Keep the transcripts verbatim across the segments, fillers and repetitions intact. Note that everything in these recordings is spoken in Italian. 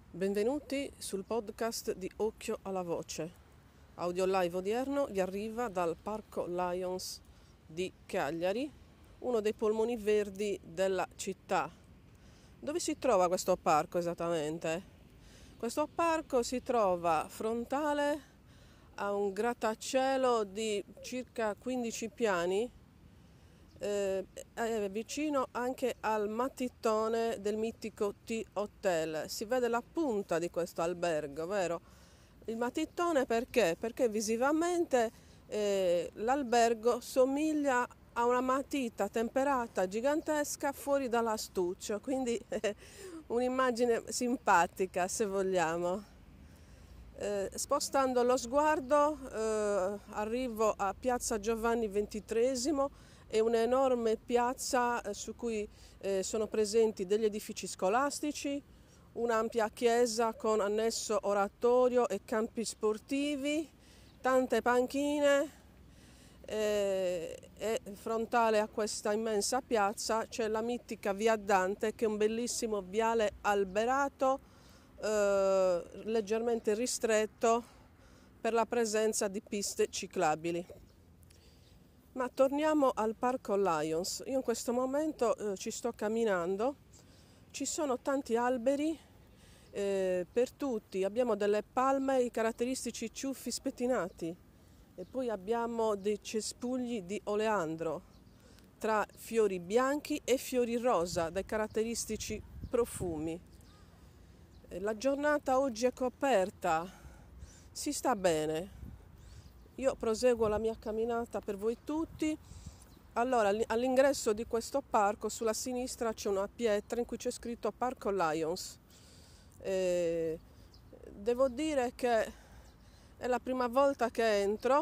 Benvenuti sul podcast di Occhio alla Voce. Audio live odierno vi arriva dal Parco Lions di Cagliari, uno dei polmoni verdi della città. Dove si trova questo parco esattamente? Questo parco si trova frontale a un grattacielo di circa quindici piani, eh, è vicino anche al mattitone del mitico T-Hotel. Si vede la punta di questo albergo, vero? Il mattitone perché? Perché visivamente eh, l'albergo somiglia a una matita temperata gigantesca fuori dall'astuccio, quindi eh, un'immagine simpatica se vogliamo. Eh, spostando lo sguardo eh, arrivo a Piazza Giovanni ventitreesimo, è un'enorme piazza eh, su cui eh, sono presenti degli edifici scolastici, un'ampia chiesa con annesso oratorio e campi sportivi, tante panchine eh, e frontale a questa immensa piazza c'è la mitica Via Dante, che è un bellissimo viale alberato eh, leggermente ristretto per la presenza di piste ciclabili. Ma torniamo al Parco Lions. Io in questo momento eh, ci sto camminando, ci sono tanti alberi eh, per tutti, abbiamo delle palme, i caratteristici ciuffi spettinati e poi abbiamo dei cespugli di oleandro tra fiori bianchi e fiori rosa, dai caratteristici profumi. La giornata oggi è coperta, si sta bene. Io proseguo la mia camminata per voi tutti. Allora, all'ingresso di questo parco, sulla sinistra c'è una pietra in cui c'è scritto Parco Lions. Eh, devo dire che è la prima volta che entro.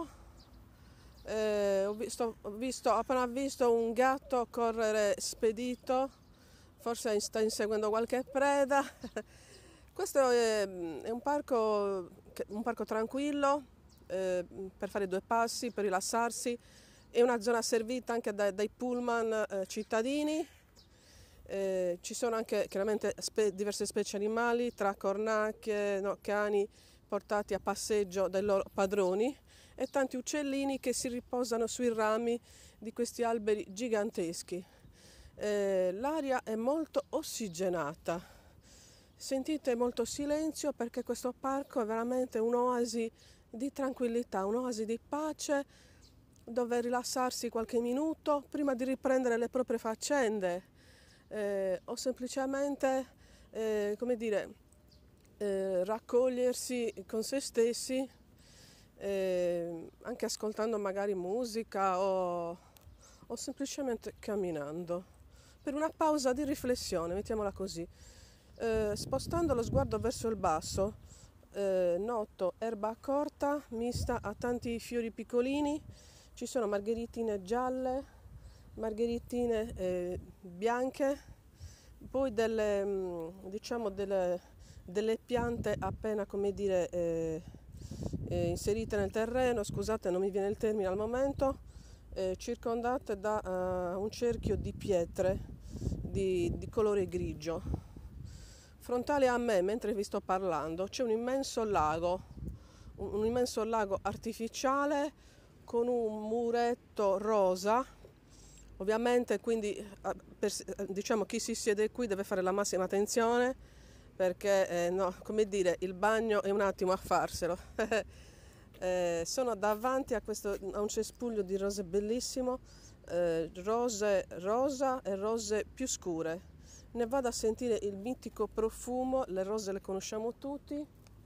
Eh, ho, visto, ho, visto, ho appena visto un gatto correre spedito, forse sta inseguendo qualche preda. Questo è, è un parco, un parco tranquillo, eh, per fare due passi, per rilassarsi. È una zona servita anche dai, dai pullman eh, cittadini. Eh, ci sono anche chiaramente spe, diverse specie animali, tra cornacchie, no, cani portati a passeggio dai loro padroni e tanti uccellini che si riposano sui rami di questi alberi giganteschi. Eh, l'aria è molto ossigenata. Sentite molto silenzio perché questo parco è veramente un'oasi di tranquillità, un'oasi di pace dove rilassarsi qualche minuto prima di riprendere le proprie faccende eh, o semplicemente eh, come dire, eh, raccogliersi con se stessi eh, anche ascoltando magari musica o, o semplicemente camminando per una pausa di riflessione, mettiamola così. Eh, spostando lo sguardo verso il basso eh, noto erba corta mista a tanti fiori piccolini, ci sono margheritine gialle, margheritine eh, bianche, poi delle, diciamo delle, delle piante appena come dire eh, eh, inserite nel terreno, scusate non mi viene il termine al momento, eh, circondate da uh, un cerchio di pietre di, di colore grigio. Frontale a me, mentre vi sto parlando, c'è un immenso lago, un, un immenso lago artificiale con un muretto rosa. Ovviamente, quindi, per, diciamo, chi si siede qui deve fare la massima attenzione perché, eh, no, come dire, il bagno è un attimo a farselo. eh, sono davanti a, questo, a un cespuglio di rose bellissimo, eh, rose rosa e rose più scure. Ne vado a sentire il mitico profumo, le rose le conosciamo tutti,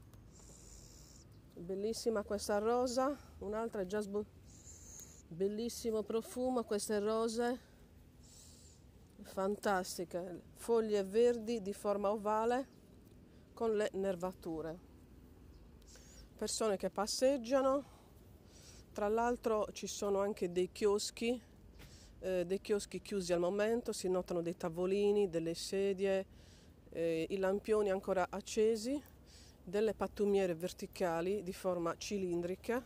bellissima questa rosa, un'altra è già sbu- bellissimo profumo, queste rose, fantastiche, foglie verdi di forma ovale con le nervature, persone che passeggiano, tra l'altro ci sono anche dei chioschi, Eh, dei chioschi chiusi al momento, si notano dei tavolini, delle sedie, eh, i lampioni ancora accesi, delle pattumiere verticali di forma cilindrica.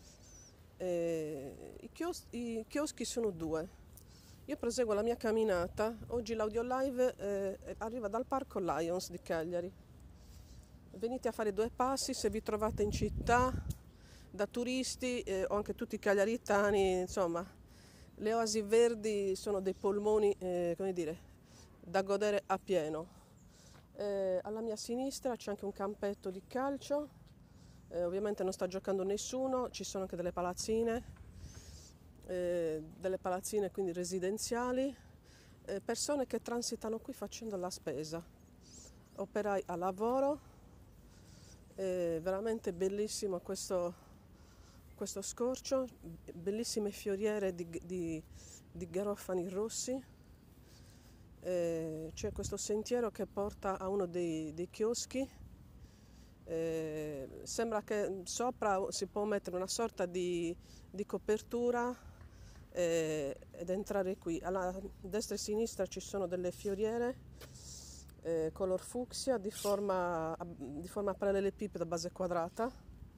Eh, i, chios- I chioschi sono due. Io proseguo la mia camminata. Oggi l'audio live eh, arriva dal Parco Lions di Cagliari. venite a fare due passi se vi trovate in città, da turisti eh, o anche tutti i cagliaritani, insomma, le oasi verdi sono dei polmoni, eh, come dire, da godere a pieno. Eh, alla mia sinistra c'è anche un campetto di calcio, eh, ovviamente non sta giocando nessuno, ci sono anche delle palazzine, eh, delle palazzine quindi residenziali, eh, persone che transitano qui facendo la spesa, operai a lavoro, eh, veramente bellissimo questo, questo scorcio, bellissime fioriere di, di, di garofani rossi. Eh, c'è questo sentiero che porta a uno dei, dei chioschi, eh, sembra che sopra si può mettere una sorta di, di copertura eh, ed entrare qui. Alla destra e sinistra ci sono delle fioriere eh, color fucsia di forma, di forma parallelepipedo a base quadrata,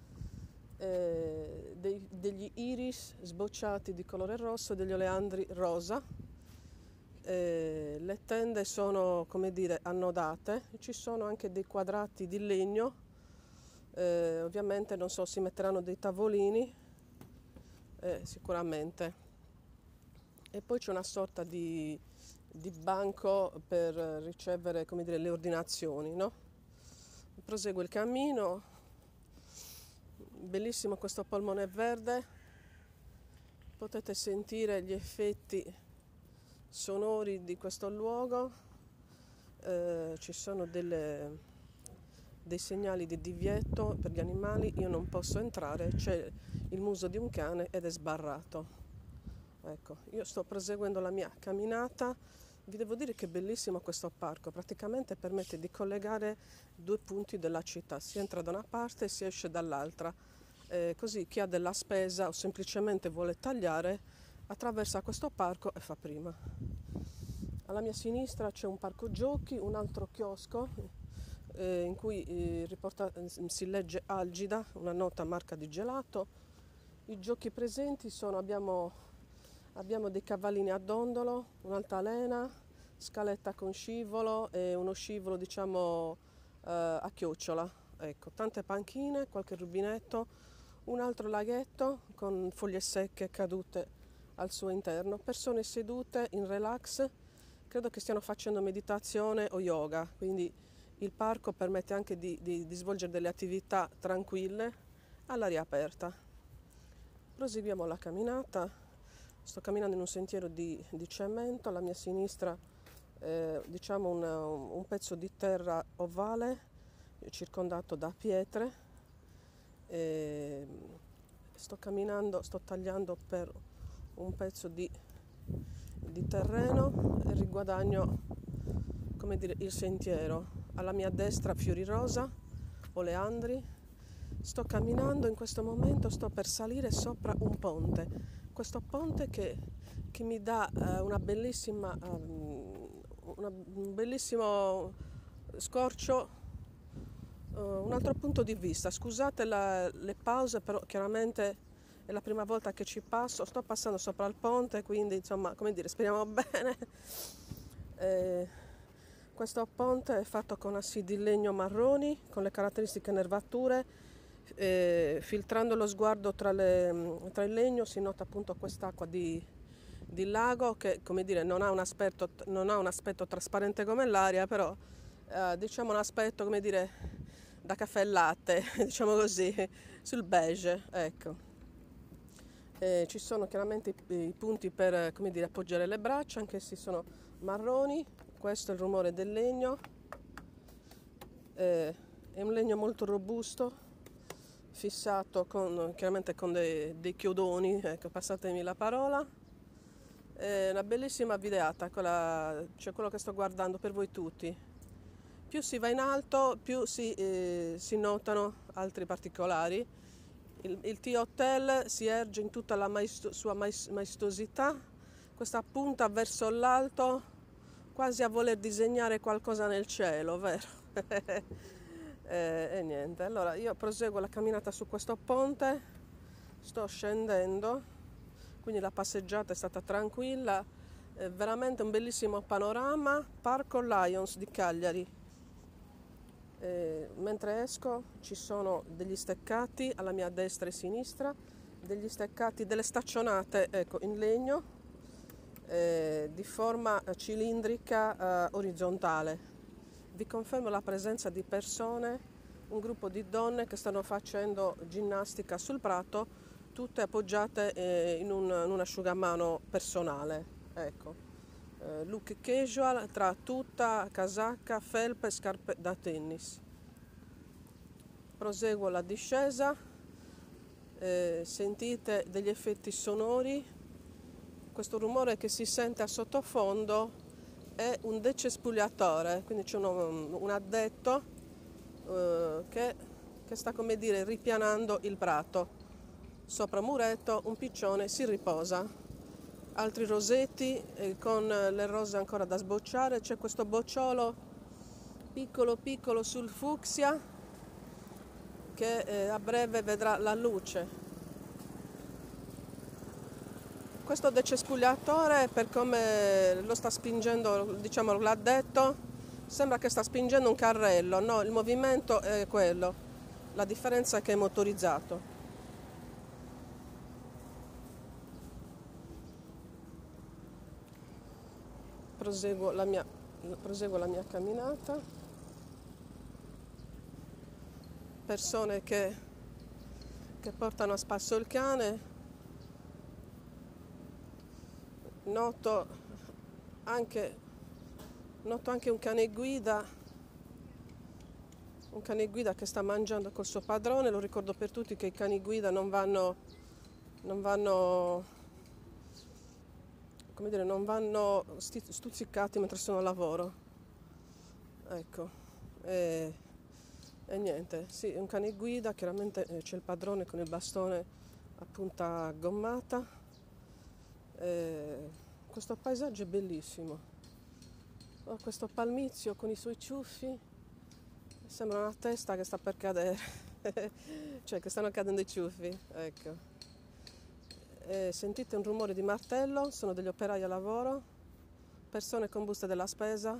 eh, dei, degli iris sbocciati di colore rosso e degli oleandri rosa. Eh, le tende sono, come dire, annodate, ci sono anche dei quadrati di legno, eh, ovviamente non so, si metteranno dei tavolini, eh, sicuramente, e poi c'è una sorta di, di banco per ricevere, come dire, le ordinazioni, no? Proseguo il cammino, bellissimo questo polmone verde, potete sentire gli effetti sonori di questo luogo, eh, ci sono delle, dei segnali di divieto per gli animali, io non posso entrare, c'è il muso di un cane ed è sbarrato. Ecco, io sto proseguendo la mia camminata, vi devo dire che è bellissimo questo parco, praticamente permette di collegare due punti della città, si entra da una parte e si esce dall'altra, eh, così chi ha della spesa o semplicemente vuole tagliare attraversa questo parco e fa prima. Alla mia sinistra c'è un parco giochi, un altro chiosco eh, in cui eh, riporta, si legge Algida, una nota marca di gelato. I giochi presenti sono, abbiamo, abbiamo dei cavallini a dondolo, un'altalena, scaletta con scivolo e uno scivolo diciamo eh, a chiocciola. Ecco, tante panchine, qualche rubinetto, un altro laghetto con foglie secche cadute al suo interno, persone sedute in relax, credo che stiano facendo meditazione o yoga, quindi il parco permette anche di, di, di svolgere delle attività tranquille all'aria aperta. Proseguiamo la camminata, sto camminando in un sentiero di, di cemento, alla mia sinistra eh, diciamo una, un pezzo di terra ovale circondato da pietre, e sto camminando, sto tagliando per un pezzo di, di terreno e riguadagno, come dire, il sentiero. Alla mia destra fiori rosa, oleandri. Sto camminando in questo momento, sto per salire sopra un ponte. Questo ponte che, che mi dà uh, una bellissima, um, una, un bellissimo scorcio, uh, un altro punto di vista. Scusate la, le pause, però chiaramente è la prima volta che ci passo, sto passando sopra il ponte, quindi insomma, come dire, speriamo bene. Eh, questo ponte è fatto con assi di legno marroni, con le caratteristiche nervature, eh, filtrando lo sguardo tra, le, tra il legno si nota appunto quest'acqua di, di lago che, come dire, non ha un aspetto, non ha un aspetto trasparente come l'aria, però eh, diciamo un aspetto, come dire, da caffè e latte, diciamo così, sul beige, ecco. Eh, ci sono chiaramente i, i punti per, come dire, appoggiare le braccia, anche se sono marroni. Questo è il rumore del legno, eh, è un legno molto robusto, fissato con, chiaramente con dei, dei chiodoni, ecco, passatemi la parola. È una bellissima videata, quella, cioè quello che sto guardando per voi tutti. Più si va in alto, più si, eh, si notano altri particolari. Il, il T-Hotel si erge in tutta la maesto, sua maestosità, questa punta verso l'alto, quasi a voler disegnare qualcosa nel cielo, vero? e, e niente, allora io proseguo la camminata su questo ponte, sto scendendo, quindi la passeggiata è stata tranquilla, è veramente un bellissimo panorama. Parco Lions di Cagliari. Eh, mentre esco ci sono degli steccati alla mia destra e sinistra, degli steccati, delle staccionate, ecco, in legno eh, di forma cilindrica eh, orizzontale. Vi confermo la presenza di persone, un gruppo di donne che stanno facendo ginnastica sul prato, tutte appoggiate eh, in, un, in un asciugamano personale. Ecco. Eh, look casual tra tuta, casacca, felpe e scarpe da tennis. Proseguo la discesa, eh, sentite degli effetti sonori, questo rumore che si sente a sottofondo è un decespugliatore, quindi c'è uno, un addetto eh, che, che sta, come dire, ripianando il prato. Sopra un muretto un piccione si riposa, altri rosetti eh, con le rose ancora da sbocciare, c'è questo bocciolo piccolo piccolo sul fucsia che eh, a breve vedrà la luce. Questo decespugliatore, per come lo sta spingendo, diciamo, l'addetto, sembra che sta spingendo un carrello, no, il movimento è quello, la differenza è che è motorizzato. Proseguo la mia, proseguo la mia camminata. Persone che, che portano a spasso il cane. Noto anche, noto anche un cane guida, un cane guida che sta mangiando col suo padrone. Lo ricordo per tutti che i cani guida non vanno, non vanno, come dire, non vanno stuzzicati mentre sono al lavoro. Ecco, e, e niente, sì, un cane guida, chiaramente c'è il padrone con il bastone a punta gommata. Eh, questo paesaggio è bellissimo. Ho questo palmizio con i suoi ciuffi, sembra una testa che sta per cadere, cioè che stanno cadendo i ciuffi, ecco. Eh, sentite un rumore di martello, sono degli operai a lavoro, persone con buste della spesa,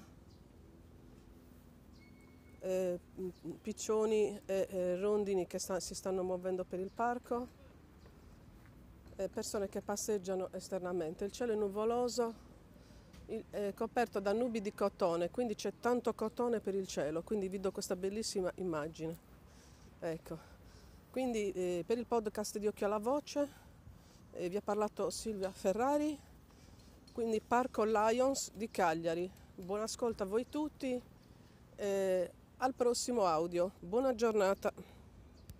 eh, piccioni e eh, rondini che sta, si stanno muovendo per il parco. Persone che passeggiano esternamente. Il cielo è nuvoloso, è coperto da nubi di cotone, quindi c'è tanto cotone per il cielo, quindi vi do questa bellissima immagine. Ecco, quindi eh, per il podcast di Occhio alla Voce eh, vi ha parlato Silvia Ferrari, quindi Parco Lions di Cagliari. Buon ascolto a voi tutti, eh, al prossimo audio, buona giornata.